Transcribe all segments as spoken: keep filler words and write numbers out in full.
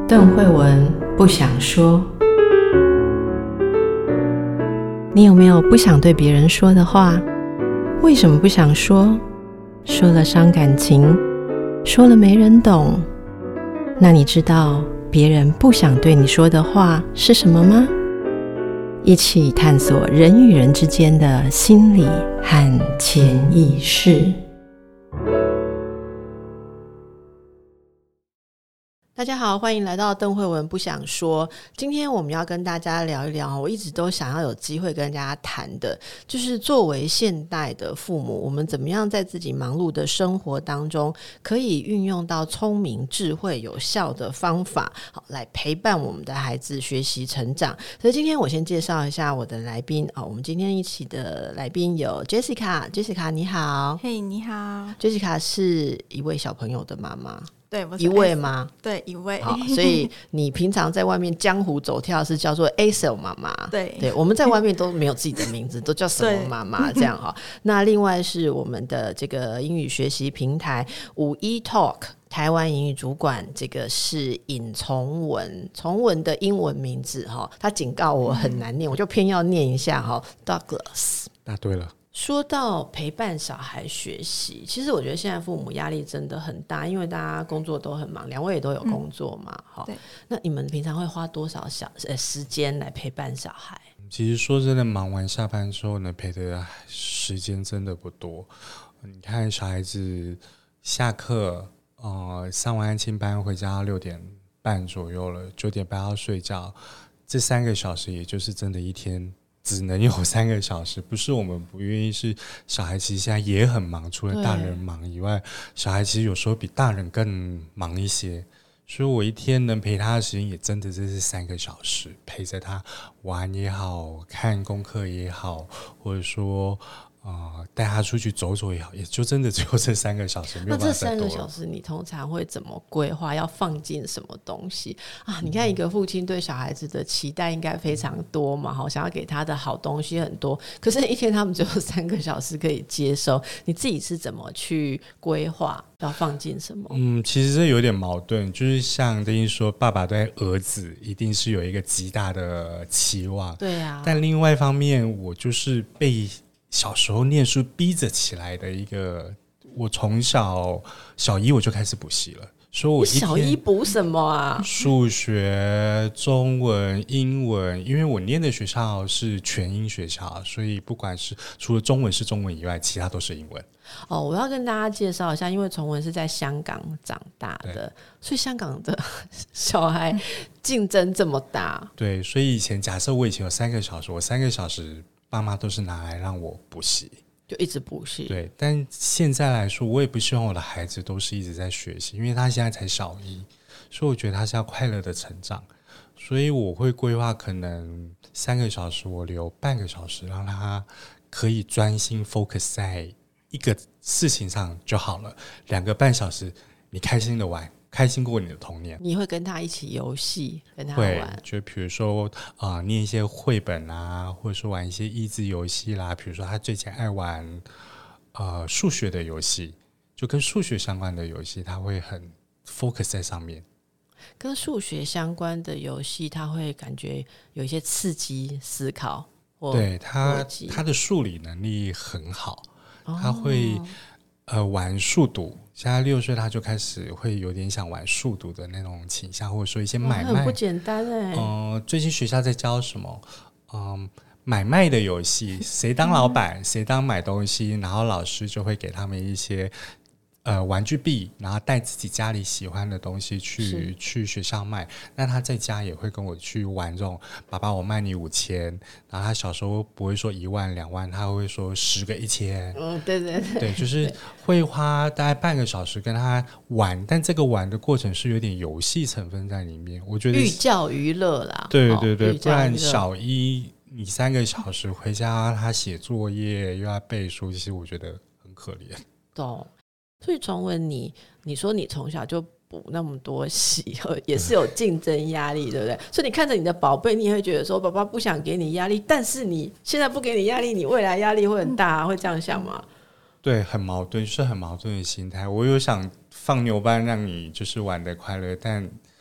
邓慧文不想说。你有没有不想对别人说的话？为什么不想说？说了伤感情，说了没人懂。那你知道别人不想对你说的话是什么吗？一起探索人与人之间的心理和潜意识。大家好，欢迎来到邓慧文不想说。今天我们要跟大家聊一聊，我一直都想要有机会跟大家谈的，就是作为现代的父母，我们怎么样在自己忙碌的生活当中，可以运用到聪明、智慧、有效的方法，好来陪伴我们的孩子学习成长。所以今天我先介绍一下我的来宾、哦、我们今天一起的来宾有 Jessica。Jessica 你好。 嘿、hey, 你好。 Jessica 是一位小朋友的妈妈。 对，我是一位吗？ 对，一位。 好，所以你平常在外面江湖走跳是叫做 A S L 妈妈。 对对，我们在外面都没有自己的名字，都叫什么妈妈这样哈。那另外是我们的这个英语学习平台五一 Talk 台湾英语主管，这个是尹崇文，崇文的英文名字哈，他警告我很难念，我就偏要念一下哈 ，Douglas。 答对了。 说到陪伴小孩学习，其实我觉得现在父母压力真的很大，因为大家工作都很忙，两位也都有工作嘛、嗯、 对。 那你们平常会花多少小、呃、时间来陪伴小孩？ 其实说真的，忙完下班之后呢，陪的时间真的不多。你看小孩子下课呃，上完安亲班回家六点半左右了，九点半要睡觉，这三个小时也就是真的一天只能有三个小时，不是我们不愿意，是小孩其实现在也很忙，除了大人忙以外，小孩其实有时候比大人更忙一些，所以我一天能陪他的时间也真的就是三个小时，陪着他玩也好，看功课也好，或者说呃，带他出去走走也好，也就真的只有这三个小时，没有办法再多了。 那这三个小时你通常会怎么规划？要放进什么东西啊？你看一个父亲对小孩子的期待应该非常多嘛，好，想要给他的好东西很多，可是一天他们只有三个小时可以接收，你自己是怎么去规划要放进什么？ 嗯，其实这有点矛盾，就是像等于说爸爸对儿子一定是有一个极大的期望， 对啊， 但另外一方面我就是被小时候念书逼着起来的一个，我从小小一我就开始补习了，所以我一天小一补什么啊？ 数学、中文、英文，因为我念的学校是全英学校，所以不管是除了中文是中文以外，其他都是英文。 哦，我要跟大家介绍一下，因为崇文是在香港长大的，所以香港的小孩竞争这么大。 对，所以以前假设我以前有三个小时，我三个小时爸妈都是拿来让我补习， 就一直补习。 对，但现在来说，我也不希望我的孩子都是一直在学习，因为他现在才小一，所以我觉得他是要快乐的成长，所以我会规划可能三个小时我留半个小时让他可以专心 focus 在一个事情上就好了，两个半小时你开心的玩，开心过你的童年。 你会跟他一起游戏，跟他玩， 会，就比如说啊、呃，念一些绘本啊，或者说玩一些益智游戏啦。比如说他最近爱玩呃数学的游戏，就跟数学相关的游戏，他会很 focus 在上面。 跟数学相关的游戏，他会感觉有一些刺激思考或对他他的数理能力很好， 哦、 他会呃玩数独。现在六岁他就开始会有点想玩数独的那种倾向，或者说一些买卖， 很不简单哎、 呃。最近学校在教什么？嗯，买卖的游戏，谁当老板，谁当买东西，然后老师就会给他们一些呃玩具币，然后带自己家里喜欢的东西去去学校卖。那他在家也会跟我去玩这种，爸爸我卖你五千，然后他小时候不会说一万两万，他会说十个一千。 嗯，对对对， 对，就是会花大概半个小时跟他玩，但这个玩的过程是有点游戏成分在里面，我觉得寓教于乐啦。 对对对， 哦、 不然小一你三个小时回家他写作业又要背书，其实我觉得很可怜。 懂。所以崇文你你说你从小就补那么多习，也是有竞争压力，对不对？所以你看着你的宝贝，你也会觉得说爸爸不想给你压力，但是你现在不给你压力，你未来压力会很大、啊、会这样想吗？ 对，很矛盾，就是很矛盾的心态。我有想放牛班让你就是玩得快乐，但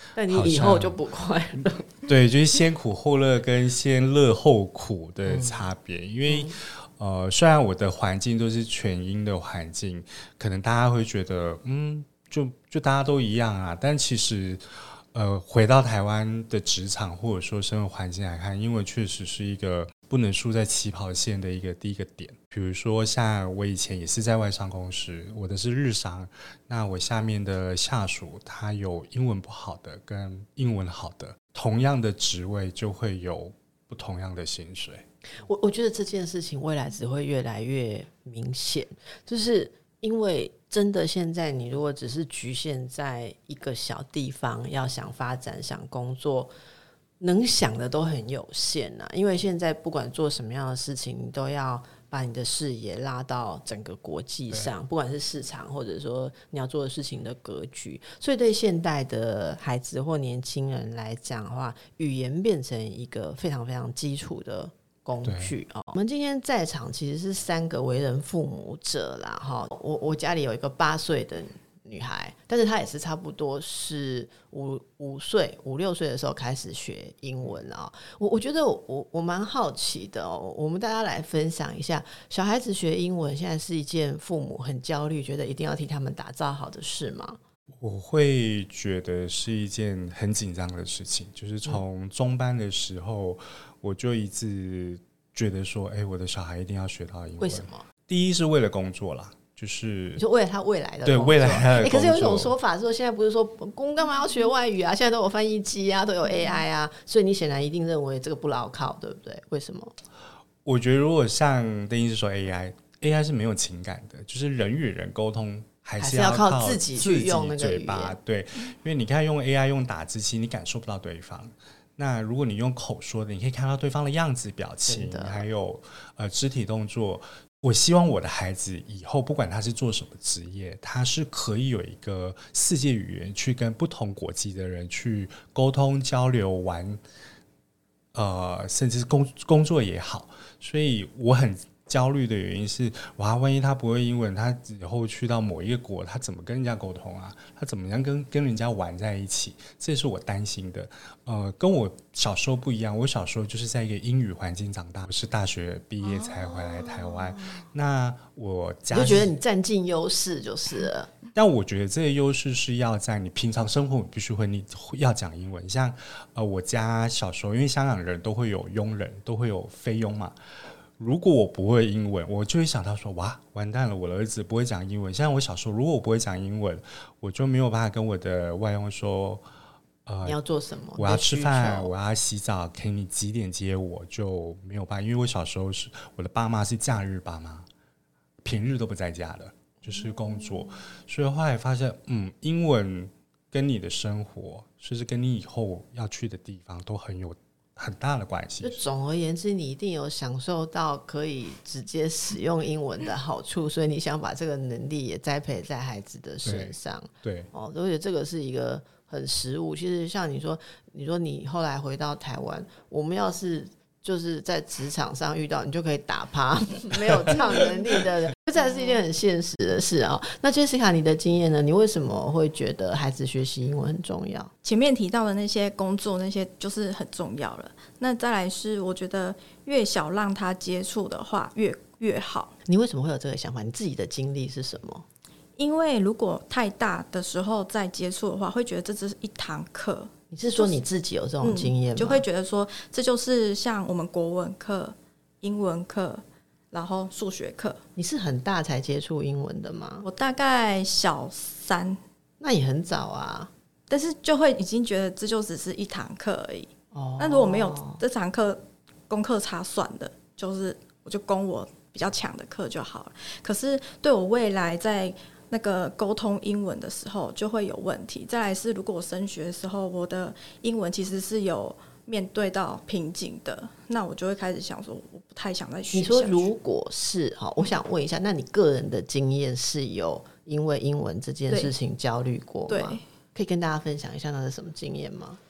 但你以后就不快乐。 对，就是先苦后乐跟先乐后苦的差别、嗯、因为、嗯、呃，虽然我的环境都是全英的环境，可能大家会觉得嗯，就就大家都一样啊，但其实呃，回到台湾的职场或者说生活环境来看，英文确实是一个不能输在起跑线的一个第一个点。比如说像我以前也是在外商公司，我的是日商，那我下面的下属他有英文不好的跟英文好的，同样的职位就会有不同样的薪水。 我我觉得这件事情未来只会越来越明显，就是因为真的现在你如果只是局限在一个小地方，要想发展想工作，能想的都很有限啊。因为现在不管做什么样的事情，你都要把你的视野拉到整个国际上，不管是市场或者说你要做的事情的格局。所以对现代的孩子或年轻人来讲的话，语言变成一个非常非常基础的工具、哦、我们今天在场其实是三个为人父母者啦、哦、我, 我家里有一个八岁的女孩，但是她也是差不多是五五岁五六岁的时候开始学英文啊、哦。我我觉得我我蛮好奇的哦，我们大家来分享一下，小孩子学英文现在是一件父母很焦虑，觉得一定要替他们打造好的事吗？ 我会觉得是一件很紧张的事情，就是从中班的时候、嗯、我就一直觉得说，哎，我的小孩一定要学到英文。 为什么？ 第一是为了工作啦，就是你说为了他未来的工作， 对未来他的工作、 欸、可是有一种说法说，现在不是说公干嘛要学外语啊？现在都有翻译机啊，都有 A I 啊，所以你显然一定认为这个不牢靠，对不对？为什么？ 我觉得如果像邓医师说 A I A I 是没有情感的，就是人与人沟通还是要靠自己去用那个嘴巴。对，因为你看用 A I 用打字机，你感受不到对方。那如果你用口说的，你可以看到对方的样子、表情，还有呃肢体动作。我希望我的孩子以后不管他是做什么职业，他是可以有一个世界语言去跟不同国籍的人去沟通交流玩，呃，甚至工工作也好。所以我很焦虑的原因是，哇，万一他不会英文，他以后去到某一个国，他怎么跟人家沟通啊？他怎么样跟跟人家玩在一起？这是我担心的。呃，跟我小时候不一样，我小时候就是在一个英语环境长大，我是大学毕业才回来台湾。哦、那我家就觉得你占尽优势就是了。 但我觉得这个优势是要在你平常生活你必须会你要讲英文。像呃，我家小时候，因为香港人都会有佣人，都会有菲佣嘛。如果我不会英文，我就会想到说，哇，完蛋了，我的儿子不会讲英文。像我小时候，如果我不会讲英文，我就没有办法跟我的外佣说， 呃，你要做什么？ 我要吃饭，我要洗澡，可以你几点接我？就没有办法，因为我小时候是我的爸妈是假日爸妈，平日都不在家的，就是工作。嗯、所以后来发现，嗯，英文跟你的生活，甚至跟你以后要去的地方都很有很大的关系。 就总而言之，你一定有享受到可以直接使用英文的好处，所以你想把这个能力也栽培在孩子的身上。 对，对哦，而且这个是一个很实务。其实像你说，你说你后来回到台湾，我们要是就是在职场上遇到，你就可以打趴没有这样能力的人，这才是一件很现实的事啊、哦。那 Jessica 你的经验呢？你为什么会觉得孩子学习英文很重要？ 前面提到的那些工作那些就是很重要了，那再来是我觉得越小让他接触的话越越好。 你为什么会有这个想法？你自己的经历是什么？ 因为如果太大的时候再接触的话，会觉得这只是一堂课。 你是说你自己有这种经验吗？ 嗯、就会觉得说这就是像我们国文课、英文课，然后数学课。 你是很大才接触英文的吗？ 我大概小三。 那也很早啊。 但是就会已经觉得这就只是一堂课而已。哦。那如果没有这堂课，功课差算的，就是我就攻我比较强的课就好了。可是对我未来在那个沟通英文的时候就会有问题。再来是如果我升学的时候我的英文其实是有面对到瓶颈的，那我就会开始想说我不太想再学下去。 你说如果是，我想问一下，那你个人的经验是有因为英文这件事情焦虑过吗？ 对， 可以跟大家分享一下那是什么经验吗？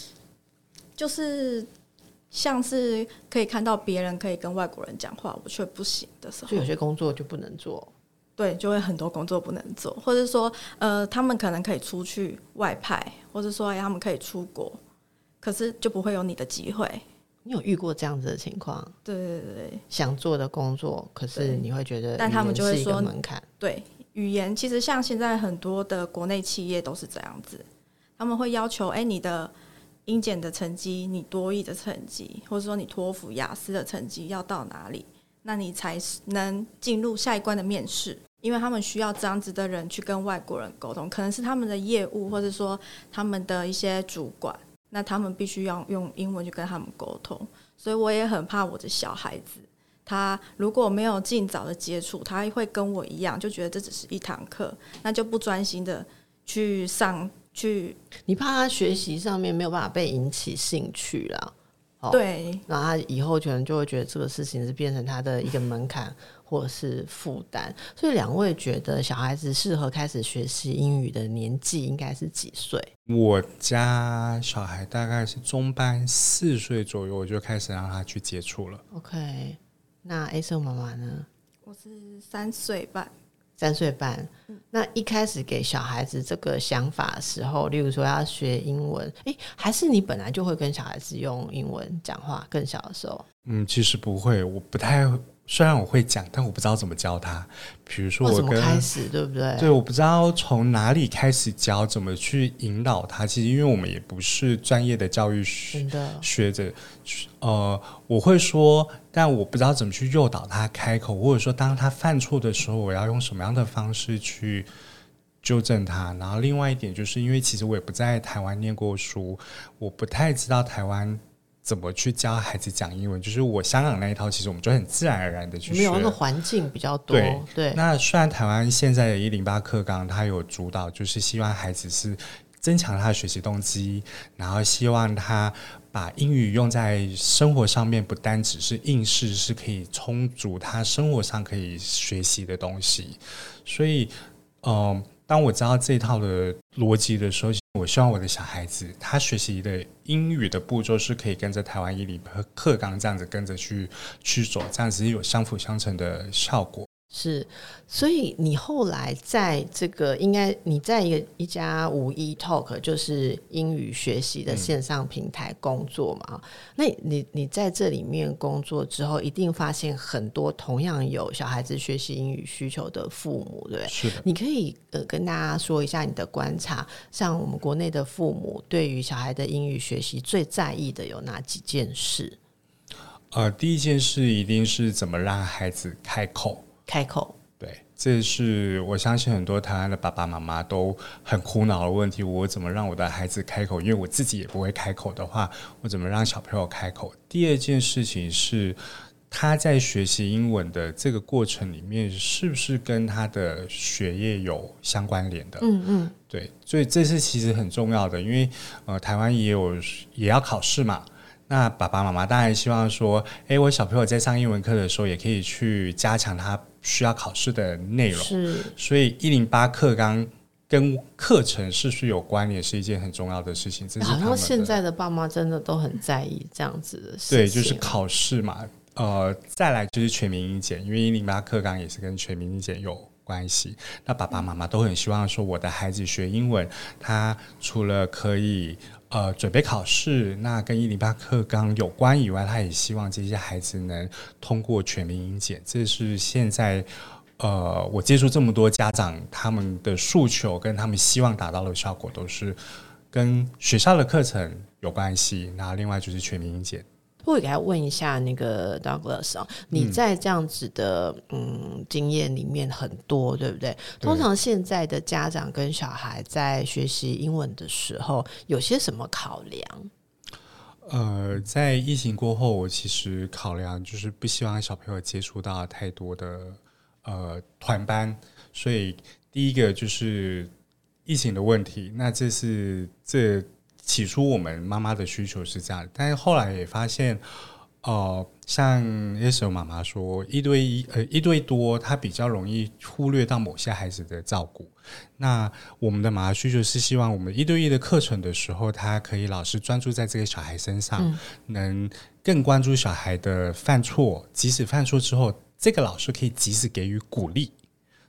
就是像是可以看到别人可以跟外国人讲话我却不行的时候， 就有些工作就不能做。 对，就会很多工作不能做，或者说呃，他们可能可以出去外派，或者说、哎、他们可以出国，可是就不会有你的机会。 你有遇过这样子的情况？ 对对对， 想做的工作，可是你会觉得但他们就会说门槛。 对，语言其实像现在很多的国内企业都是这样子，他们会要求哎，你的英检的成绩，你多益的成绩，或者说你托福雅思的成绩要到哪里，那你才能进入下一关的面试。因为他们需要这样子的人去跟外国人沟通，可能是他们的业务，或者说他们的一些主管，那他们必须要用英文去跟他们沟通。所以我也很怕我的小孩子，他如果没有尽早的接触，他会跟我一样，就觉得这只是一堂课，那就不专心的去上去。 你怕他学习上面没有办法被引起兴趣啦。哦、 对， 那他以后可能就会觉得这个事情是变成他的一个门槛或者是负担。所以两位觉得小孩子适合开始学习英语的年纪应该是几岁？ 我家小孩大概是中班四岁左右，我就开始让他去接触了。 OK， 那 A 生妈妈呢？ 我是三岁半。 三岁半、嗯、那一开始给小孩子这个想法的时候，例如说要学英文，诶，还是你本来就会跟小孩子用英文讲话？更小的时候？ 嗯，其实不会，我不太，虽然我会讲，但我不知道怎么教他。比如说我跟， 怎么开始，对不对？ 对，我不知道从哪里开始教，怎么去引导他。其实因为我们也不是专业的教育学者，呃，我会说，但我不知道怎么去诱导他开口，或者说当他犯错的时候，我要用什么样的方式去纠正他。然后另外一点就是因为其实我也不在台湾念过书，我不太知道台湾怎么去教孩子讲英文，就是我香港那一套其实我们就很自然而然的去学， 没有那个环境比较多。 对, 对。 那虽然台湾现在的一零八课纲它有主导，就是希望孩子是增强他的学习动机，然后希望他把英语用在生活上面，不单只是应试，是可以充足他生活上可以学习的东西。所以嗯，当我知道这一套的逻辑的时候，我希望我的小孩子他学习的英语的步骤是可以跟着台湾一零八课纲这样子跟着去去走，这样子有相辅相成的效果。 是，所以你后来在这个应该你在一个一家五一 Talk 就是英语学习的线上平台工作嘛、嗯、那你你在这里面工作之后一定发现很多同样有小孩子学习英语需求的父母，对不对？ 是的。 你可以、呃、跟大家说一下你的观察，像我们国内的父母对于小孩的英语学习最在意的有哪几件事？ 呃，第一件事一定是怎么让孩子开口开口， 对，这是我相信很多台湾的爸爸妈妈都很苦恼的问题。我怎么让我的孩子开口？因为我自己也不会开口的话，我怎么让小朋友开口？第二件事情是他在学习英文的这个过程里面，是不是跟他的学业有相关联的？ 嗯嗯， 对，所以这是其实很重要的，因为呃，台湾也有也要考试嘛。那爸爸妈妈当然希望说，哎，我小朋友在上英文课的时候，也可以去加强他需要考试的内容。 是， 所以一零八课纲跟课程是不是有关联，是一件很重要的事情。这是他们的， 好像现在的爸妈真的都很在意这样子的事情。 对，就是考试嘛。呃，再来就是全民英检，因为一零八课纲也是跟全民英检有关系。那爸爸妈妈都很希望说，我的孩子学英文，他除了可以呃准备考试，那跟一零八课纲有关以外，他也希望这些孩子能通过全民英检。这是现在呃我接触这么多家长，他们的诉求跟他们希望达到的效果，都是跟学校的课程有关系。那另外就是全民英检。 我也给他问一下那个 Douglas、哦、你在这样子的 嗯, 嗯经验里面很多，对不对？通常现在的家长跟小孩在学习英文的时候有些什么考量？ 呃，在疫情过后，我其实考量就是不希望小朋友接触到太多的呃团班，所以第一个就是疫情的问题。那这是这起初我们妈妈的需求是这样，但是后来也发现，呃，像那时候妈妈说，一对一呃一对多，他比较容易忽略到某些孩子的照顾。那我们的妈妈需求是希望我们一对一的课程的时候，他可以老师专注在这个小孩身上、嗯、能更关注小孩的犯错，即使犯错之后，这个老师可以及时给予鼓励。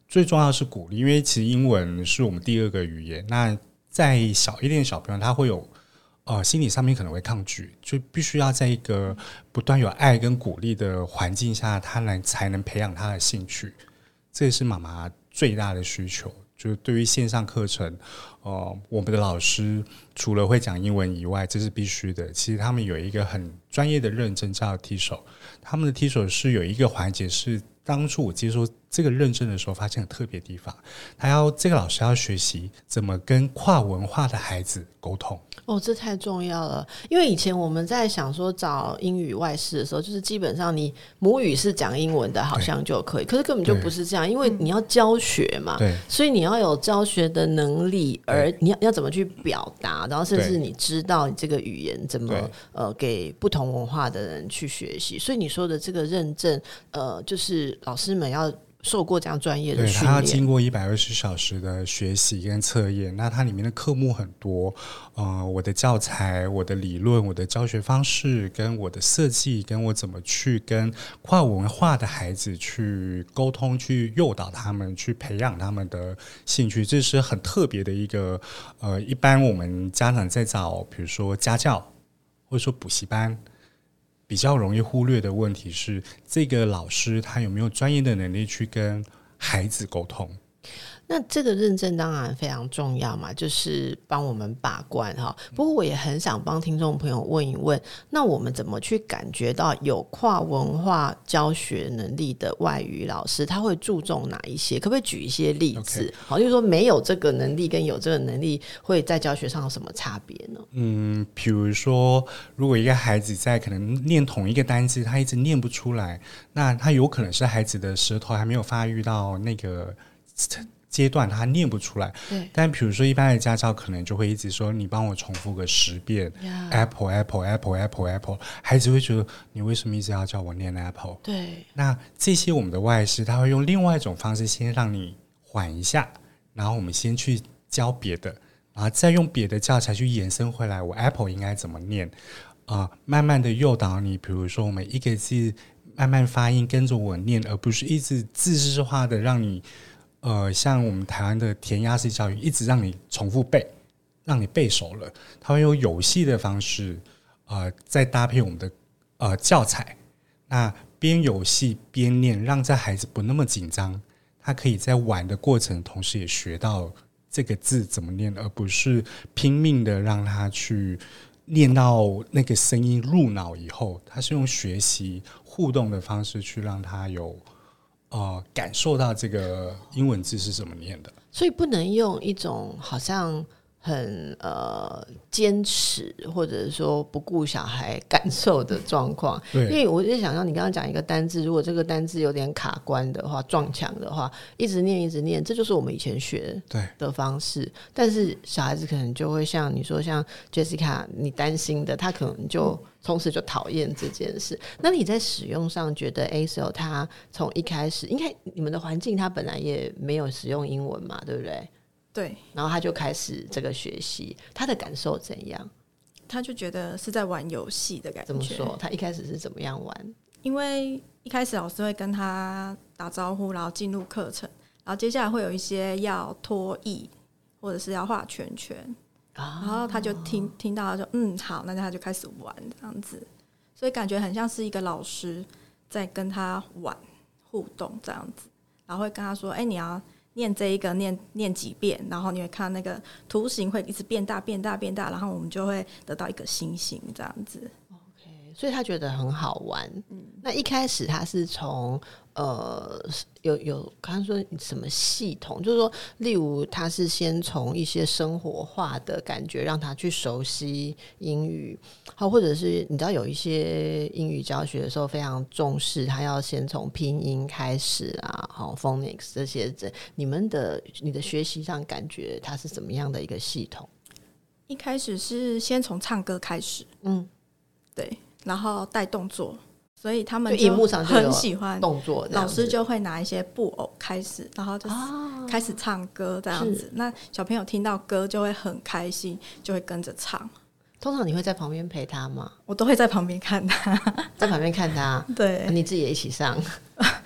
最重要是鼓励，因为其实英文是我们第二个语言。那在小一点的小朋友，他会有呃心理上面可能会抗拒，就必须要在一个不断有爱跟鼓励的环境下，他能才能培养他的兴趣。这也是妈妈最大的需求。就是对于线上课程，呃，我们的老师除了会讲英文以外，这是必须的。其实他们有一个很专业的认证叫 T 手，他们的 T 手是有一个环节是当初我接受这个认证的时候发现很特别的地方，他要这个老师要学习怎么跟跨文化的孩子沟通。 哦，这太重要了。因为以前我们在想说找英语外师的时候，就是基本上你母语是讲英文的好像就可以，可是根本就不是这样，因为你要教学嘛，对，所以你要有教学的能力，而你 要, 要怎么去表达，然后甚至你知道你这个语言怎么呃给不同文化的人去学习。所以你说的这个认证，呃，就是老师们要受过这样专业的训练， 对，他要经过一百二十小时的学习跟测验。那它里面的科目很多，呃，我的教材、我的理论、我的教学方式、跟我的设计，跟我怎么去跟跨文化的孩子去沟通、去诱导他们、去培养他们的兴趣，这是很特别的一个。呃，一般我们家长在找，比如说家教或者说补习班，比较容易忽略的问题是，这个老师他有没有专业的能力去跟孩子沟通。 那这个认证当然非常重要嘛，就是帮我们把关哈。不过我也很想帮听众朋友问一问，那我们怎么去感觉到有跨文化教学能力的外语老师他会注重哪一些？可不可以举一些例子？ Okay. 好，就是说没有这个能力跟有这个能力会在教学上有什么差别呢？嗯， 比如说如果一个孩子在可能念同一个单字他一直念不出来，那他有可能是孩子的舌头还没有发育到那个阶段他念不出来。但比如说一般的家教可能就会一直说你帮我重复个十遍、yeah. Apple Apple Apple Apple Apple， 孩子会觉得你为什么一直要叫我念 Apple。 对，那这些我们的外师他会用另外一种方式先让你缓一下，然后我们先去教别的，然后再用别的教材去延伸回来我 Apple 应该怎么念、呃、慢慢的诱导你，比如说我们一个字慢慢发音跟着我念，而不是一直自式化的让你呃，像我们台湾的填鸭式教育一直让你重复背，让你背熟了，它会用游戏的方式呃，再搭配我们的呃教材，那边游戏边念，让这孩子不那么紧张，他可以在玩的过程同时也学到这个字怎么念，而不是拼命的让他去念到那个声音入脑以后，他是用学习互动的方式去让他有呃，感受到这个英文字是怎么念的。 所以不能用一种好像很呃坚持或者说不顾小孩感受的状况。因为我就想象你刚刚讲一个单字，如果这个单字有点卡关的话，撞墙的话，一直念一直念，这就是我们以前学的方式。但是小孩子可能就会像你说，像 Jessica 你担心的，他可能就从此就讨厌这件事。那你在使用上觉得 A S O 他从一开始应该你们的环境他本来也没有使用英文嘛，对不对？ 对， 然后他就开始这个学习，他的感受怎样？ 他就觉得是在玩游戏的感觉。 怎么说？他一开始是怎么样玩？ 因为一开始老师会跟他打招呼，然后进入课程，然后接下来会有一些要脱译或者是要画圈圈、啊、然后他就听听到他说嗯好，那他就开始玩这样子，所以感觉很像是一个老师在跟他玩互动这样子，然后会跟他说哎、欸，你要念这一个 念, 念几遍，然后你会看那个图形会一直变大变大变大，然后我们就会得到一个星星这样子。 OK， 所以他觉得很好玩、嗯、那一开始他是从呃有有刚刚说什么系统，就是说例如他是先从一些生活化的感觉让他去熟悉英语，好，或者是你知道有一些英语教学的时候非常重视他要先从拼音开始啊，好 phonics 这些，你们的你的学习上感觉它是怎么样的一个系统？ 一开始是先从唱歌开始，嗯，对，然后带动作，所以他们就很喜欢动作， 老师就会拿一些布偶开始，然后就开始唱歌这样子、啊、那小朋友听到歌就会很开心，就会跟着唱。 通常你会在旁边陪他吗？ 我都会在旁边看他， 在旁边看他。 对， 你自己也一起上。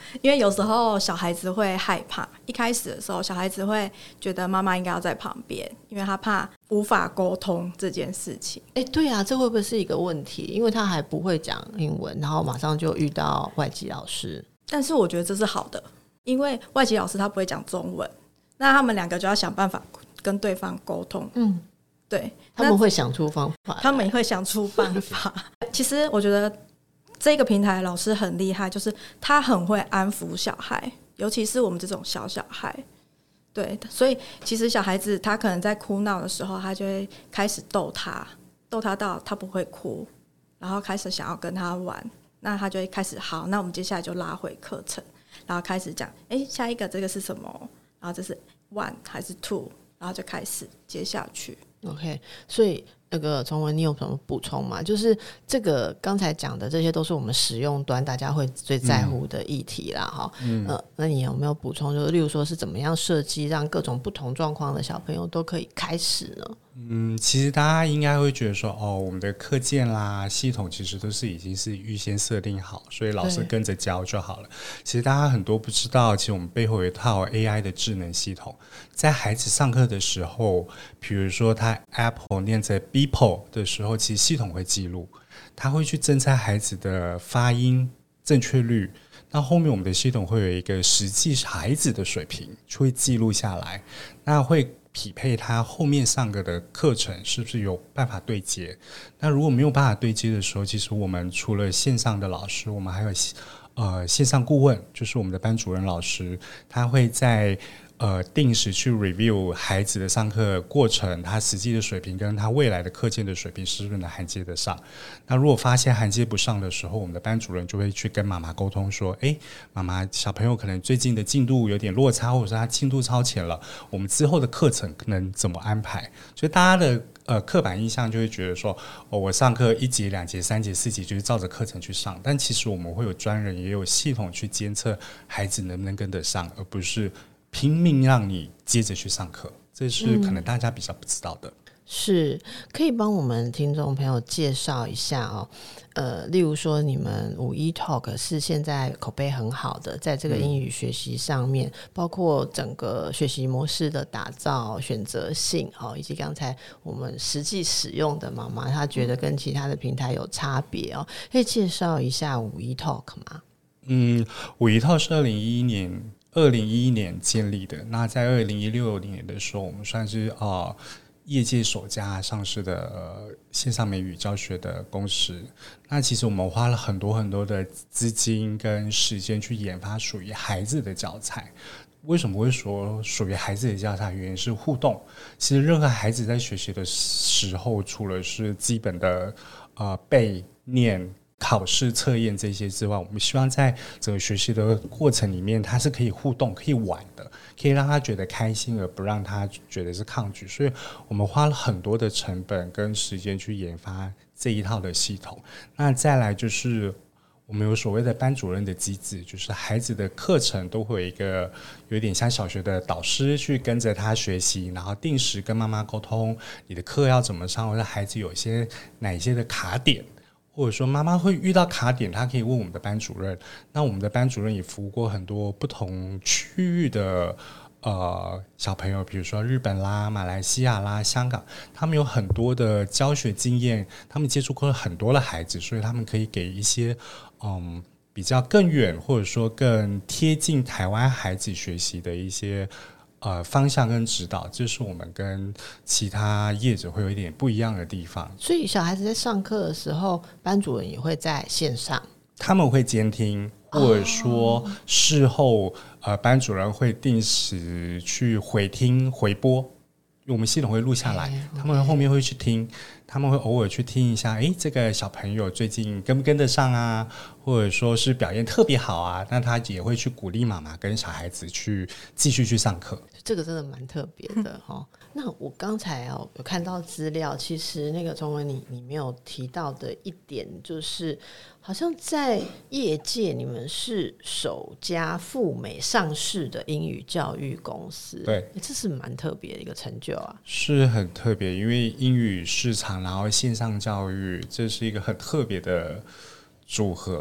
因为有时候小孩子会害怕，一开始的时候小孩子会觉得妈妈应该要在旁边，因为他怕无法沟通这件事情。 哎、欸，对啊，这会不会是一个问题？因为他还不会讲英文，然后马上就遇到外籍老师。 但是我觉得这是好的，因为外籍老师他不会讲中文，那他们两个就要想办法跟对方沟通。嗯，对， 他们会想出方法， 他们也会想出办法。其实我觉得这个平台的老师很厉害，就是他很会安抚小孩，尤其是我们这种小小孩。对，所以其实小孩子他可能在哭闹的时候，他就会开始逗他，逗他到他不会哭，然后开始想要跟他玩，那他就会开始好，那我们接下来就拉回课程，然后开始讲，哎，下一个这个是什么？然后这是 one 还是 two？ 然后就开始接下去。OK， 所以那个崇文，你有什么补充吗？就是这个刚才讲的，这些都是我们使用端大家会最在乎的议题啦，哈、嗯。呃，那你有没有补充？就是例如说是怎么样设计，让各种不同状况的小朋友都可以开始呢？ 嗯，其实大家应该会觉得说，哦，我们的课件啦、系统其实都是已经是预先设定好，所以老师跟着教就好了。其实大家很多不知道，其实我们背后有一套 A I 的智能系统，在孩子上课的时候，比如说他 Apple 念着 Beeple 的时候，其实系统会记录，他会去侦测孩子的发音正确率。那后面我们的系统会有一个实际孩子的水平，就会记录下来，那会匹配他后面上个的课程是不是有办法对接。那如果没有办法对接的时候，其实我们除了线上的老师，我们还有呃线上顾问，就是我们的班主任老师，他会在呃，定时去 review 孩子的上课过程，他实际的水平跟他未来的课件的水平是不是能衔接得上。那如果发现衔接不上的时候，我们的班主任就会去跟妈妈沟通说，诶，妈妈，小朋友可能最近的进度有点落差，或者是他进度超前了，我们之后的课程能怎么安排。所以大家的呃刻板印象就会觉得说，哦，我上课一节两节三节四节就是照着课程去上，但其实我们会有专人也有系统去监测孩子能不能跟得上，而不是拼命让你接着去上课，这是可能大家比较不知道的。 嗯、是可以帮我们听众朋友介绍一下哦。呃，例如说你们五一 Talk 是现在口碑很好的，在这个英语学习上面、嗯、包括整个学习模式的打造、选择性、哦、以及刚才我们实际使用的妈妈她觉得跟其他的平台有差别哦，可以介绍一下五一 Talk 吗？ 嗯，五一 Talk 是二零一一年二零一一年建立的，那在二零一六年的时候，我们算是呃业界首家上市的、呃、线上美语教学的公司。那其实我们花了很多很多的资金跟时间去研发属于孩子的教材。为什么会说属于孩子的教材？原因是互动。其实任何孩子在学习的时候，除了是基本的呃背念、考试测验这些之外，我们希望在整个学习的过程里面，它是可以互动可以玩的，可以让他觉得开心，而不让他觉得是抗拒。所以我们花了很多的成本跟时间去研发这一套的系统。那再来就是我们有所谓的班主任的机制，就是孩子的课程都会有一个有点像小学的导师去跟着他学习，然后定时跟妈妈沟通你的课要怎么上，或者孩子有一些哪一些的卡点，或者说妈妈会遇到卡点，她可以问我们的班主任。那我们的班主任也服务过很多不同区域的呃小朋友，比如说日本啦、马来西亚啦、香港，他们有很多的教学经验，他们接触过很多的孩子，所以他们可以给一些嗯比较更远或者说更贴近台湾孩子学习的一些呃，方向跟指导，这是我们跟其他业者会有一点不一样的地方。 所以小孩子在上课的时候，班主任也会在线上， 他们会监听，或者说事后、呃，班主任会定时去回听回播，因为我们系统会录下来， okay, okay. 他们后面会去听，他们会偶尔去听一下，诶，这个小朋友最近跟不跟得上啊，或者说是表现特别好啊，那他也会去鼓励妈妈跟小孩子去继续去上课。 这个真的蛮特别的、哦、那我刚才、哦、有看到资料，其实那个崇文你你没有提到的一点，就是好像在业界你们是首家赴美上市的英语教育公司。 对， 这是蛮特别的一个成就啊。 是很特别，因为英语市场然后线上教育，这是一个很特别的组合。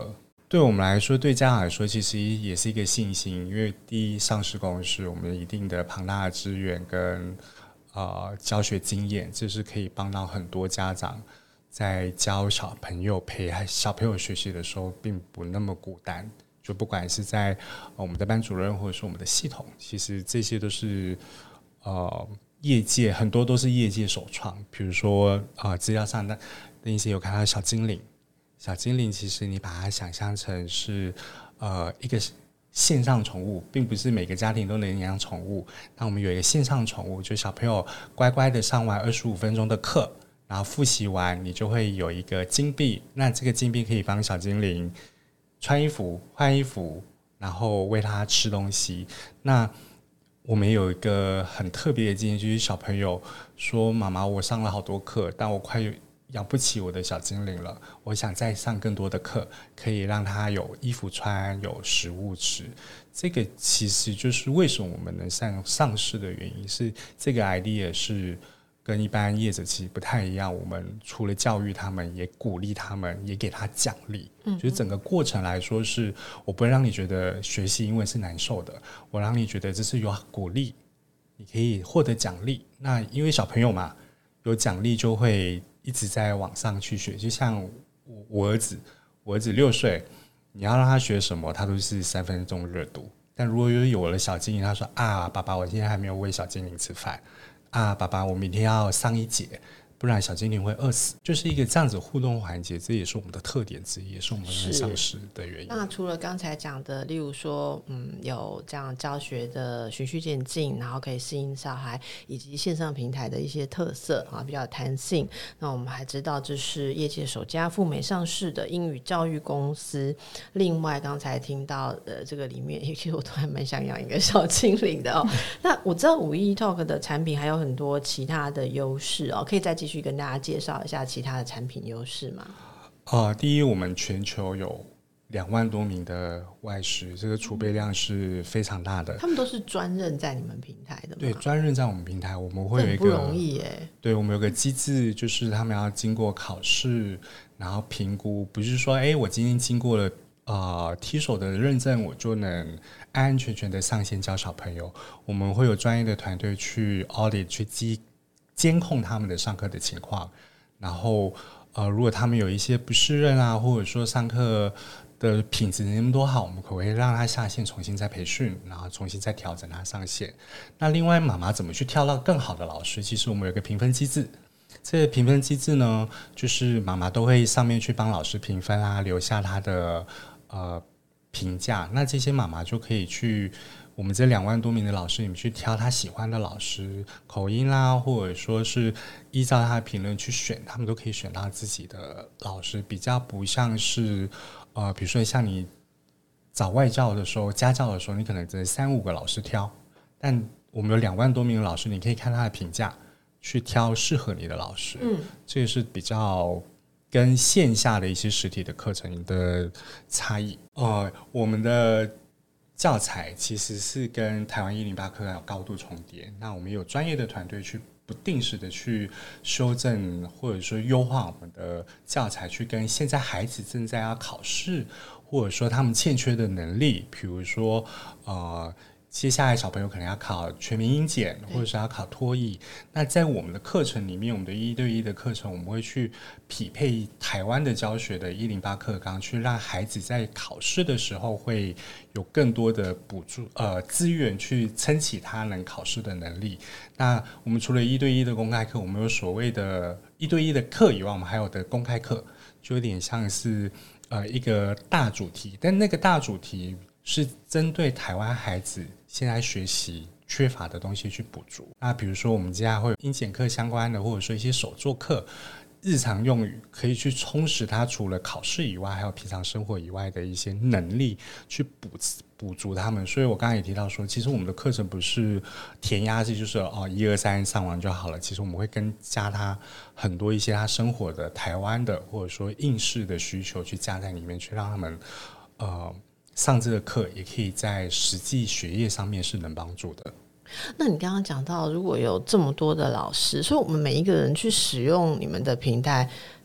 对我们来说，对家长来说，其实也是一个信心。因为第一，上市公司我们一定的庞大的资源跟呃教学经验，这是可以帮到很多家长在教小朋友、陪小朋友学习的时候，并不那么孤单。就不管是在我们的班主任，或者是我们的系统，其实这些都是呃业界很多都是业界首创。比如说啊、呃，资料上的那些有看到小精灵。小精灵其实你把它想象成是呃一个线上宠物，并不是每个家庭都能养宠物。那我们有一个线上宠物，就小朋友乖乖的上完二十五分钟的课，然后复习完，你就会有一个金币。那这个金币可以帮小精灵穿衣服、换衣服，然后喂它吃东西。那我们有一个很特别的经验，就是小朋友说：“妈妈，我上了好多课，但我快有。”养不起我的小精灵了，我想再上更多的课，可以让他有衣服穿，有食物吃。这个其实就是为什么我们能上上市的原因，是这个 idea 是跟一般业者其实不太一样。我们除了教育他们，也鼓励他们，也给他奖励。嗯，就是整个过程来说，是我不会让你觉得学习英文是难受的，我让你觉得这是有鼓励，你可以获得奖励。那因为小朋友嘛，有奖励就会一直在往上去学。就像 我, 我儿子我儿子六岁，你要让他学什么他都是三分钟热度。但如果有了小精灵，他说啊，爸爸我今天还没有喂小精灵吃饭啊，爸爸我明天要上一节，不然小精灵会饿死。就是一个这样子互动环节，这也是我们的特点之一，也是我们能上市的原因。 那除了刚才讲的，例如说嗯，有这样教学的循序渐进，然后可以适应小孩，以及线上平台的一些特色啊，比较有弹性。那我们还知道这是业界首家赴美上市的英语教育公司。另外刚才听到的这个里面，其实我都还蛮想养一个小精灵的哦。那我知道五一 Talk 的产品还有很多其他的优势哦，可以再继续跟大家介绍一下其他的产品优势吗？ 呃，第一，我们全球有两万多名的外师，这个储备量是非常大的。 他们都是专任在你们平台的吗？ 对，专任在我们平台，我们会有一个不容易耶。 对，我们有个机制，就是他们要经过考试，然后评估，不是说哎，我今天经过了呃 T 手的认证，我就能安安全全的上线教小朋友。我们会有专业的团队去 audit 去监监控他们的上课的情况，然后呃，如果他们有一些不适任啊，或者说上课的品质那么多好，我们可会让他下线重新再培训，然后重新再调整他上线。那另外妈妈怎么去挑到更好的老师，其实我们有个评分机制。这个评分机制呢，就是妈妈都会上面去帮老师评分啊，留下他的呃评价。那这些妈妈就可以去我们这两万多名的老师里面去挑他喜欢的老师，口音啦，或者说是依照他的评论去选，他们都可以选到自己的老师。比较不像是呃，比如说像你找外教的时候，家教的时候，你可能只有三五个老师挑，但我们有两万多名的老师，你可以看他的评价去挑适合你的老师。嗯，这也是比较跟线下的一些实体的课程的差异。呃，我们的教材其实是跟台湾一零八课纲有高度重叠，那我们有专业的团队去不定时的去修正或者说优化我们的教材，去跟现在孩子正在要考试或者说他们欠缺的能力，比如说呃接下来小朋友可能要考全民英检，或者是要考托译。那在我们的课程里面，我们的一对一的课程，我们会去匹配台湾的教学的一零八课纲，去让孩子在考试的时候会有更多的补助呃资源去撑起他能考试的能力。那我们除了一对一的公开课，我们有所谓的一对一的课以外，我们还有的公开课，就有点像是呃一个大主题，但那个大主题是针对台湾孩子现在学习缺乏的东西去补足。那比如说我们接下来会有英检课相关的，或者说一些手作课，日常用语可以去充实他除了考试以外还有平常生活以外的一些能力，去补补足他们。所以我刚才也提到说，其实我们的课程不是填鸭式，就是哦一二三上完就好了。其实我们会跟加他很多一些他生活的台湾的或者说应试的需求去加在里面，去让他们呃上这个课也可以在实际学业上面是能帮助的。 那你刚刚讲到如果有这么多的老师，所以我们每一个人去使用你们的平台，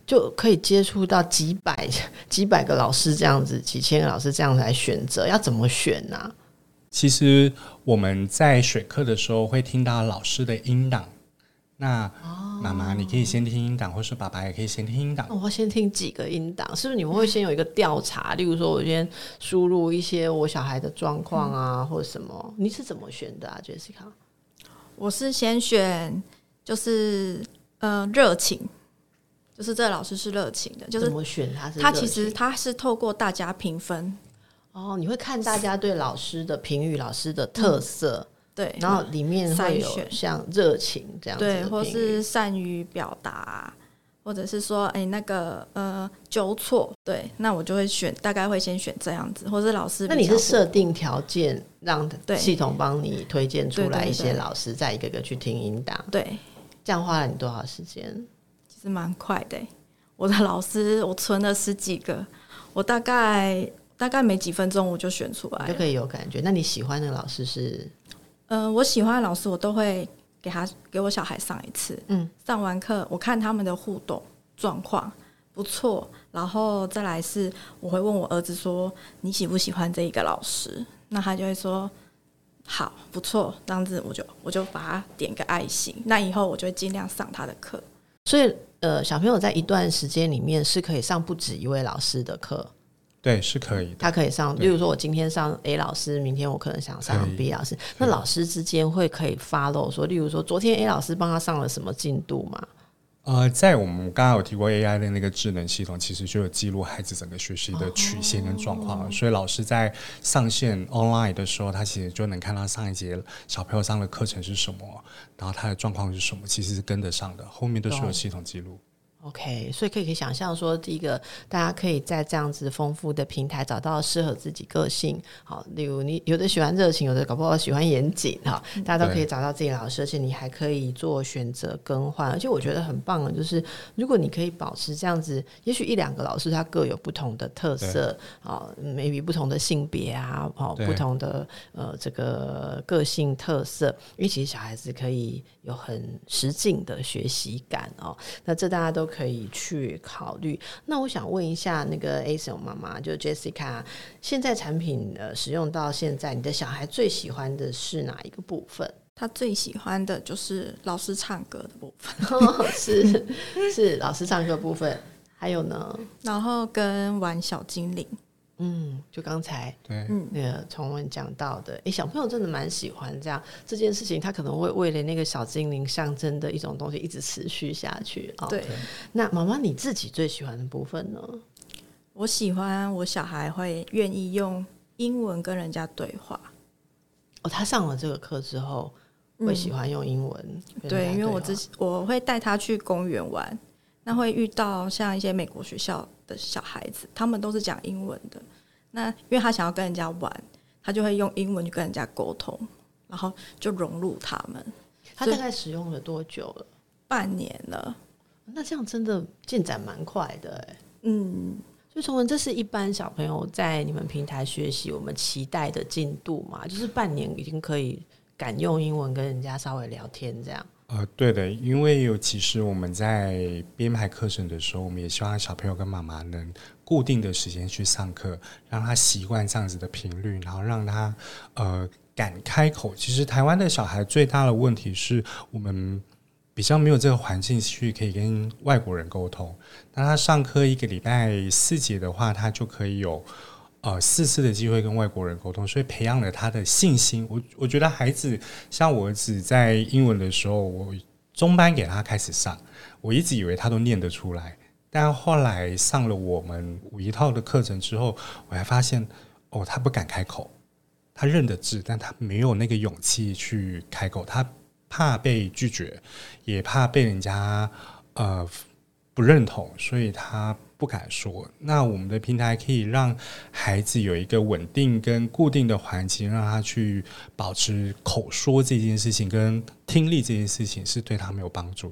就可以接触到几百几百个老师这样子，几千个老师这样子来选择，要怎么选呢、啊？ 其实我们在选课的时候会听到老师的音档，那妈妈你可以先听音档，或是爸爸也可以先听音档。 我要先听几个音档，是不是你们会先有一个调查？例如说，我先输入一些我小孩的状况啊，嗯、或者什么？你是怎么选的啊 ，Jessica？ 我是先选，就是呃热情，就是这个老师是热情的，就是怎么选他是？ 他其实他是透过大家评分。 哦，你会看大家对老师的评语、老师的特色。嗯对， 然后里面会有像热情这样子的评语， 对，或是善于表达，或者是说，哎，那个呃纠错，对，那我就会选，大概会先选这样子，或是老师。 那你是设定条件，让系统帮你推荐出来一些老师，再一个个去听音档。 对， 这样花了你多少时间？ 其实蛮快的，我的老师我存了十几个，我大概大概没几分钟我就选出来了， 就可以有感觉。那你喜欢的老师是？ 嗯、呃，我喜欢的老师，我都会给他给我小孩上一次。嗯，上完课，我看他们的互动状况不错，然后再来是我会问我儿子说：“你喜不喜欢这一个老师？”那他就会说：“好，不错。”这样子我就我就把他点个爱心。那以后我就会尽量上他的课。 所以，呃，小朋友在一段时间里面是可以上不止一位老师的课。 对，是可以的。 他可以上，例如说我今天上 A 老师，明天我可能想上 B 老师，那老师之间会可以 follow 说，例如说昨天 A 老师帮他上了什么进度吗？ 呃，在我们刚刚有提过 A I 的那个智能系统，其实就有记录孩子整个学习的曲线跟状况、哦、所以老师在上线 online 的时候，他其实就能看到上一节小朋友上的课程是什么，然后他的状况是什么，其实是跟得上的，后面都是有系统记录。 OK， 所以可以想象说，第一个，大家可以在这样子丰富的平台找到适合自己个性。好，例如你有的喜欢热情，有的搞不好喜欢严谨，哈，大家都可以找到自己的老师，而且你还可以做选择更换。而且我觉得很棒的，就是如果你可以保持这样子，也许一两个老师他各有不同的特色，啊 ，maybe 不同的性别啊，哦，不同的呃这个个性特色，因为其实小孩子可以有很实境的学习感哦。那这大家都可以去考虑。那我想问一下那个 Ason 妈妈，就 Jessica， 现在产品呃使用到现在，你的小孩最喜欢的是哪一个部分？ 他最喜欢的就是老师唱歌的部分是是老师唱歌部分，还有呢？ 然后跟玩小精灵。 嗯，就刚才对那个崇文讲到的，哎，小朋友真的蛮喜欢这样这件事情，他可能会为了那个小精灵象征的一种东西一直持续下去。哦、 对， 那妈妈你自己最喜欢的部分呢？ 我喜欢我小孩会愿意用英文跟人家对话。 哦，他上了这个课之后会喜欢用英文、 嗯、对，因为我之前我会带他去公园玩，那会遇到像一些美国学校的小孩子，他们都是讲英文的，那因为他想要跟人家玩，他就会用英文去跟人家沟通，然后就融入他们。 他大概使用了多久了？ 半年了。 那这样真的进展蛮快的耶。 嗯， 所以崇文，这是一般小朋友在你们平台学习我们期待的进度嘛？就是半年已经可以敢用英文跟人家稍微聊天这样。 呃，对的，因为尤其是我们在编排课程的时候，我们也希望小朋友跟妈妈能固定的时间去上课，让他习惯这样子的频率，然后让他呃敢开口。其实台湾的小孩最大的问题是我们比较没有这个环境去可以跟外国人沟通。那他上课一个礼拜四节的话，他就可以有呃，四次的机会跟外国人沟通，所以培养了他的信心。我我觉得孩子像我儿子在英文的时候，我中班给他开始上，我一直以为他都念得出来，但后来上了我们五一套的课程之后，我还发现哦，他不敢开口，他认得字，但他没有那个勇气去开口，他怕被拒绝，也怕被人家呃不认同，所以他不敢说。那我们的平台可以让孩子有一个稳定跟固定的环境，让他去保持口说这件事情跟听力这件事情是对他们有帮助的。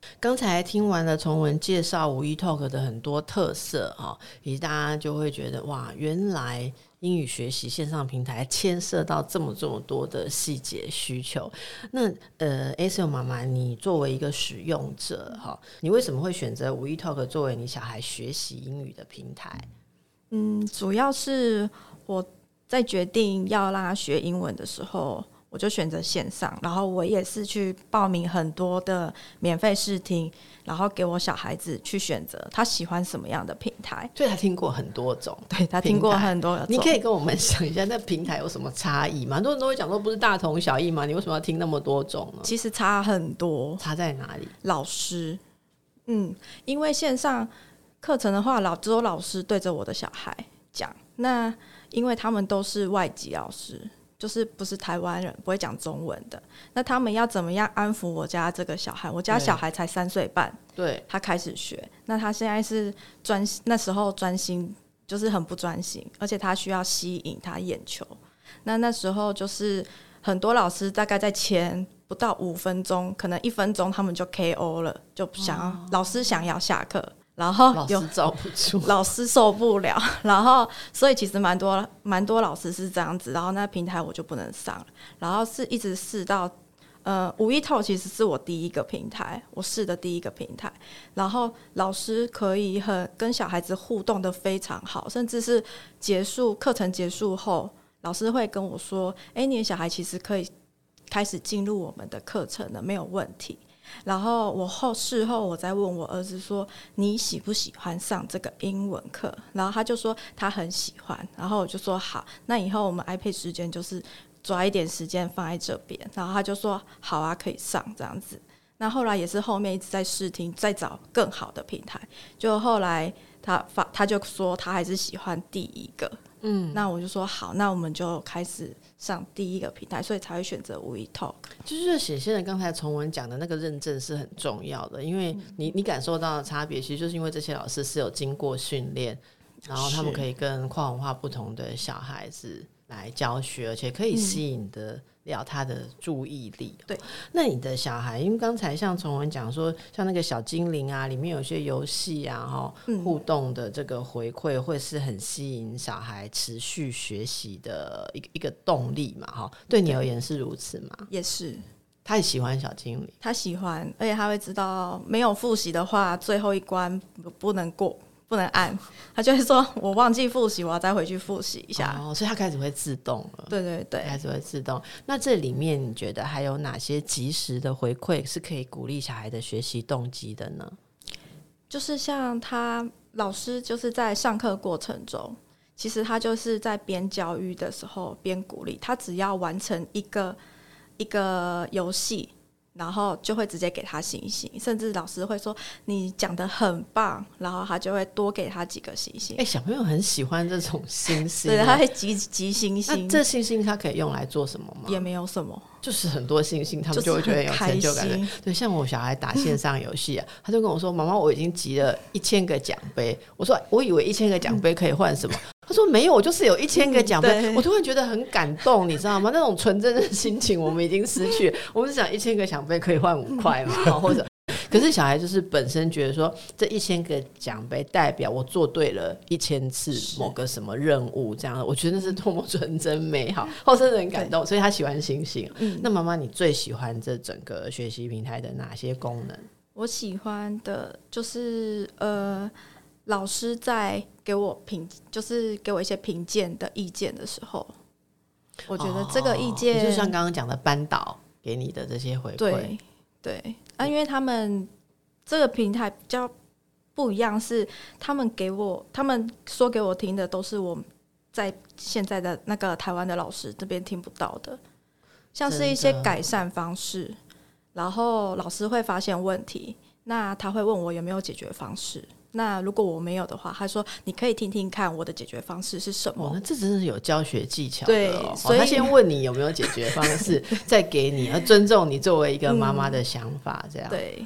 刚才听完了崇文介绍五一 Talk 的很多特色哈，以及大家就会觉得哇，原来英语学习线上平台牵涉到这么这么多的细节需求。那呃 Asel 妈妈，你作为一个使用者哈，你为什么会选择五一 Talk 作为你小孩学习英语的平台？ 嗯，主要是我在决定要让他学英文的时候，我就选择线上，然后我也是去报名很多的免费试听，然后给我小孩子去选择他喜欢什么样的平台。 所以他听过很多种， 对，他听过很多种。 你可以跟我们讲一下那平台有什么差异吗？很多人都会讲说不是大同小异吗？你为什么要听那么多种呢？ 其实差很多。 差在哪里？老师，嗯，因为线上课程的话，老只有老师对着我的小孩讲，那因为他们都是外籍老师，就是不是台湾人，不会讲中文的，那他们要怎么样安抚我家这个小孩？我家小孩才三岁半， 对， 他开始学，那他现在是专那时候专心，就是很不专心，而且他需要吸引他眼球。那那时候就是很多老师大概在前不到五分钟，可能一分钟他们就 K O 了，就想要、哦、老师想要下课。然后老师罩不住， 老师受不了，然后所以其实蛮多蛮多老师是这样子，然后那平台我就不能上了，然后是一直试到呃五一 Talk 其实是我第一个平台，我试的第一个平台，然后老师可以很跟小孩子互动的非常好，甚至是结束课程结束后，老师会跟我说，哎，你的小孩其实可以开始进入我们的课程了，没有问题。然后我后事后我再问我儿子说，你喜不喜欢上这个英文课？然后他就说他很喜欢，然后我就说好，那以后我们 iPad 时间就是抓一点时间放在这边，然后他就说好啊，可以上这样子。那后来也是后面一直在试听，再找更好的平台，就后来他发他就说他还是喜欢第一个，嗯，那我就说好，那我们就开始上第一个平台，所以才会选择五一 Talk。 就是显现的刚才崇文讲的那个认证是很重要的，因为你你感受到的差别，其实就是因为这些老师是有经过训练，然后他们可以跟跨文化不同的小孩子来教学，而且可以吸引的了他的注意力。 对， 那你的小孩，因为刚才像崇文讲说，像那个小精灵啊，里面有些游戏啊，嗯、互动的这个回馈会是很吸引小孩持续学习的一个一个动力嘛，哈，对你而言是如此吗？ 也是。 他也喜欢小精灵， 他喜欢，而且他会知道没有复习的话，最后一关不能过。不能按，他就会说我忘记复习，我要再回去复习一下。 哦，所以他开始会自动了。 对对对， 开始会自动。那这里面你觉得还有哪些及时的回馈是可以鼓励小孩的学习动机的呢？ 就是像他老师就是在上课过程中，其实他就是在边教育的时候边鼓励他，只要完成一个一个游戏，然后就会直接给他星星，甚至老师会说你讲得很棒，然后他就会多给他几个星星。 哎、欸，小朋友很喜欢这种星星， 对，他会集集星星。 那这星星他可以用来做什么吗？ 也没有什么， 就是很多星星，他们就会觉得有成就感。对，像我小孩打线上游戏啊，他就跟我说：“妈妈，我已经集了一千个奖杯。”我说：“我以为一千个奖杯可以换什么？”他说没有，我就是有一千个奖杯、嗯。我突然觉得很感动，你知道吗？那种纯真的心情我们已经失去。我们是想一千个奖杯可以换五块嘛，或者，可是小孩就是本身觉得说，这一千个奖杯代表我做对了一千次某个什么任务，这样我觉得那是多么纯真美好，后生人感动，所以他喜欢星星。嗯、那妈妈，你最喜欢这整个学习平台的哪些功能？ 我喜欢的就是呃。老师在给我评，就是给我一些评鉴的意见的时候，我觉得这个意见、 哦、就像刚刚讲的班导给你的这些回馈， 对对啊，因为他们这个平台比较不一样，是他们给我，他们说给我听的都是我在现在的那个台湾的老师这边听不到的，像是一些改善方式，然后老师会发现问题，那他会问我有没有解决方式。那如果我没有的话，他说你可以听听看我的解决方式是什么。 哦、那这真的是有教学技巧的、哦。 对，所以、 哦、他先问你有没有解决方式，再给你，要尊重你作为一个妈妈的想法，这样、 嗯、对。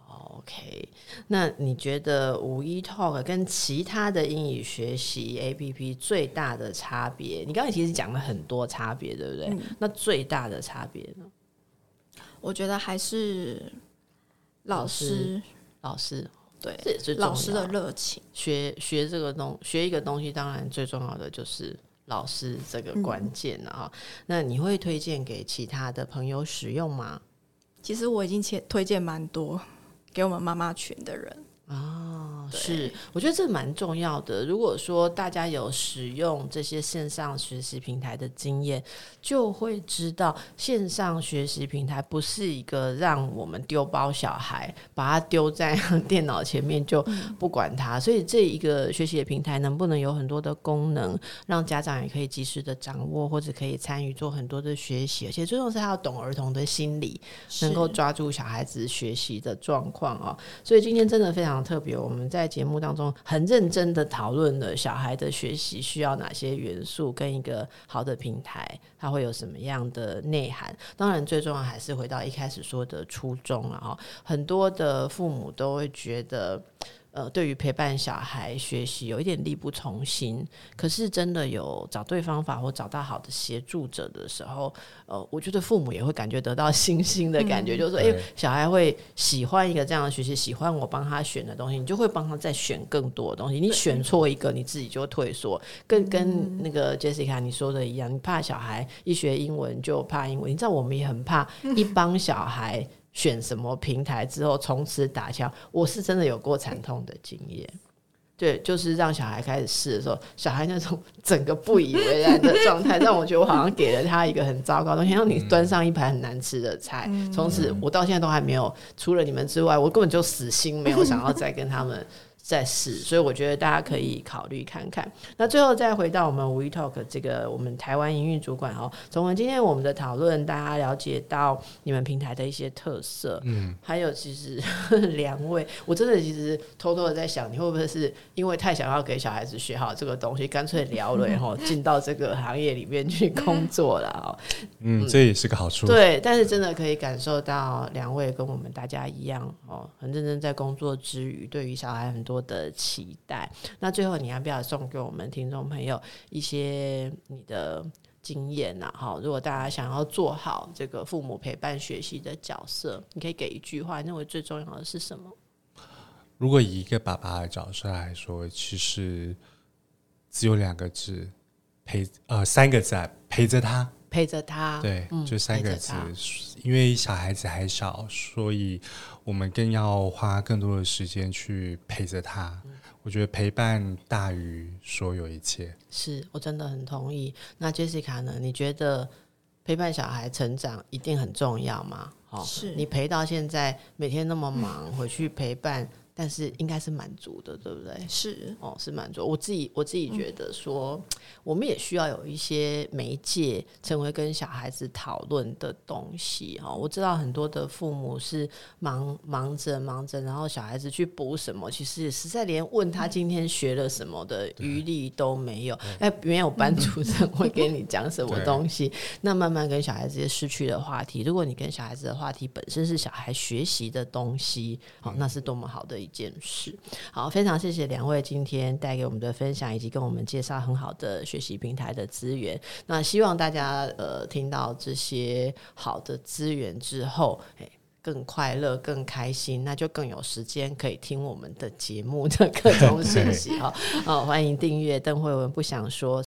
OK， 那你觉得五一 Talk 跟其他的英语学习 A P P 最大的差别？你刚才其实讲了很多差别，对不对？嗯、那最大的差别呢？ 我觉得还是老师， 老师， 对， 这也是老师的热情。 学学这个东学一个东西，当然最重要的就是老师这个关键了哈、嗯。那你会推荐给其他的朋友使用吗？ 其实我已经推荐蛮多给我们妈妈群的人。 哦，是，我觉得这蛮重要的。如果说大家有使用这些线上学习平台的经验，就会知道线上学习平台不是一个让我们丢包小孩，把他丢在电脑前面就不管他、嗯、所以这一个学习的平台能不能有很多的功能，让家长也可以及时的掌握，或者可以参与做很多的学习，而且最重要是他要懂儿童的心理，能够抓住小孩子学习的状况哦。所以今天真的非常特别，我们在节目当中很认真的讨论了小孩的学习需要哪些元素，跟一个好的平台它会有什么样的内涵。当然最重要还是回到一开始说的初衷了，很多的父母都会觉得呃，对于陪伴小孩学习有一点力不从心，可是真的有找对方法或找到好的协助者的时候，呃，我觉得父母也会感觉得到信心的感觉、嗯、就是说哎、欸，小孩会喜欢一个这样的学习，喜欢我帮他选的东西，你就会帮他再选更多的东西，你选错一个你自己就退缩，跟跟那个 Jessica 你说的一样，你怕小孩一学英文就怕英文，你知道我们也很怕一帮小孩选什么平台之后从此打枪，我是真的有过惨痛的经验。对，就是让小孩开始试的时候，小孩那种整个不以为然的状态让我觉得我好像给了他一个很糟糕的东西，让你端上一盘很难吃的菜，从此我到现在都还没有，除了你们之外我根本就死心没有想要再跟他们再试，所以我觉得大家可以考虑看看。那最后再回到我们 WeTalk 这个我们台湾营运主管哦，从我们今天我们的讨论，大家了解到你们平台的一些特色，嗯，还有其实两位，我真的其实偷偷的在想，你会不会是因为太想要给小孩子学好这个东西，干脆聊了哈，进到这个行业里面去工作了哦。 嗯，这也是个好处。 对，但是真的可以感受到两位跟我们大家一样哦，很认真在工作之余，对于小孩很多的期待。那最后你要不要送给我们听众朋友一些你的经验啊？如果大家想要做好这个父母陪伴学习的角色，你可以给一句话，你认为最重要的是什么？ 如果以一个爸爸的角色来说，其实只有两个字，陪呃三个字，陪着他。 陪着他， 对、嗯，就三个字。因为小孩子还小，所以我们更要花更多的时间去陪着他、嗯、我觉得陪伴大于所有一切。是， 我真的很同意。那 Jessica 呢？你觉得陪伴小孩成长一定很重要吗？哦、是你陪到现在每天那么忙、嗯、回去陪伴，但是应该是满足的，对不对？是哦，是满足。我自己我自己觉得说、嗯，我们也需要有一些媒介，成为跟小孩子讨论的东西哦。我知道很多的父母是忙忙着忙着，然后小孩子去补什么，其实实在连问他今天学了什么的余力都没有。哎，没有班主任会给你讲什么东西，那慢慢跟小孩子也失去了话题。如果你跟小孩子的话题本身是小孩学习的东西，好、哦，那是多么好的一件事。好，非常谢谢两位今天带给我们的分享，以及跟我们介绍很好的学习平台的资源。那希望大家呃听到这些好的资源之后，更快乐更开心，那就更有时间可以听我们的节目的各种讯息哦。哦，欢迎订阅邓慧文不想说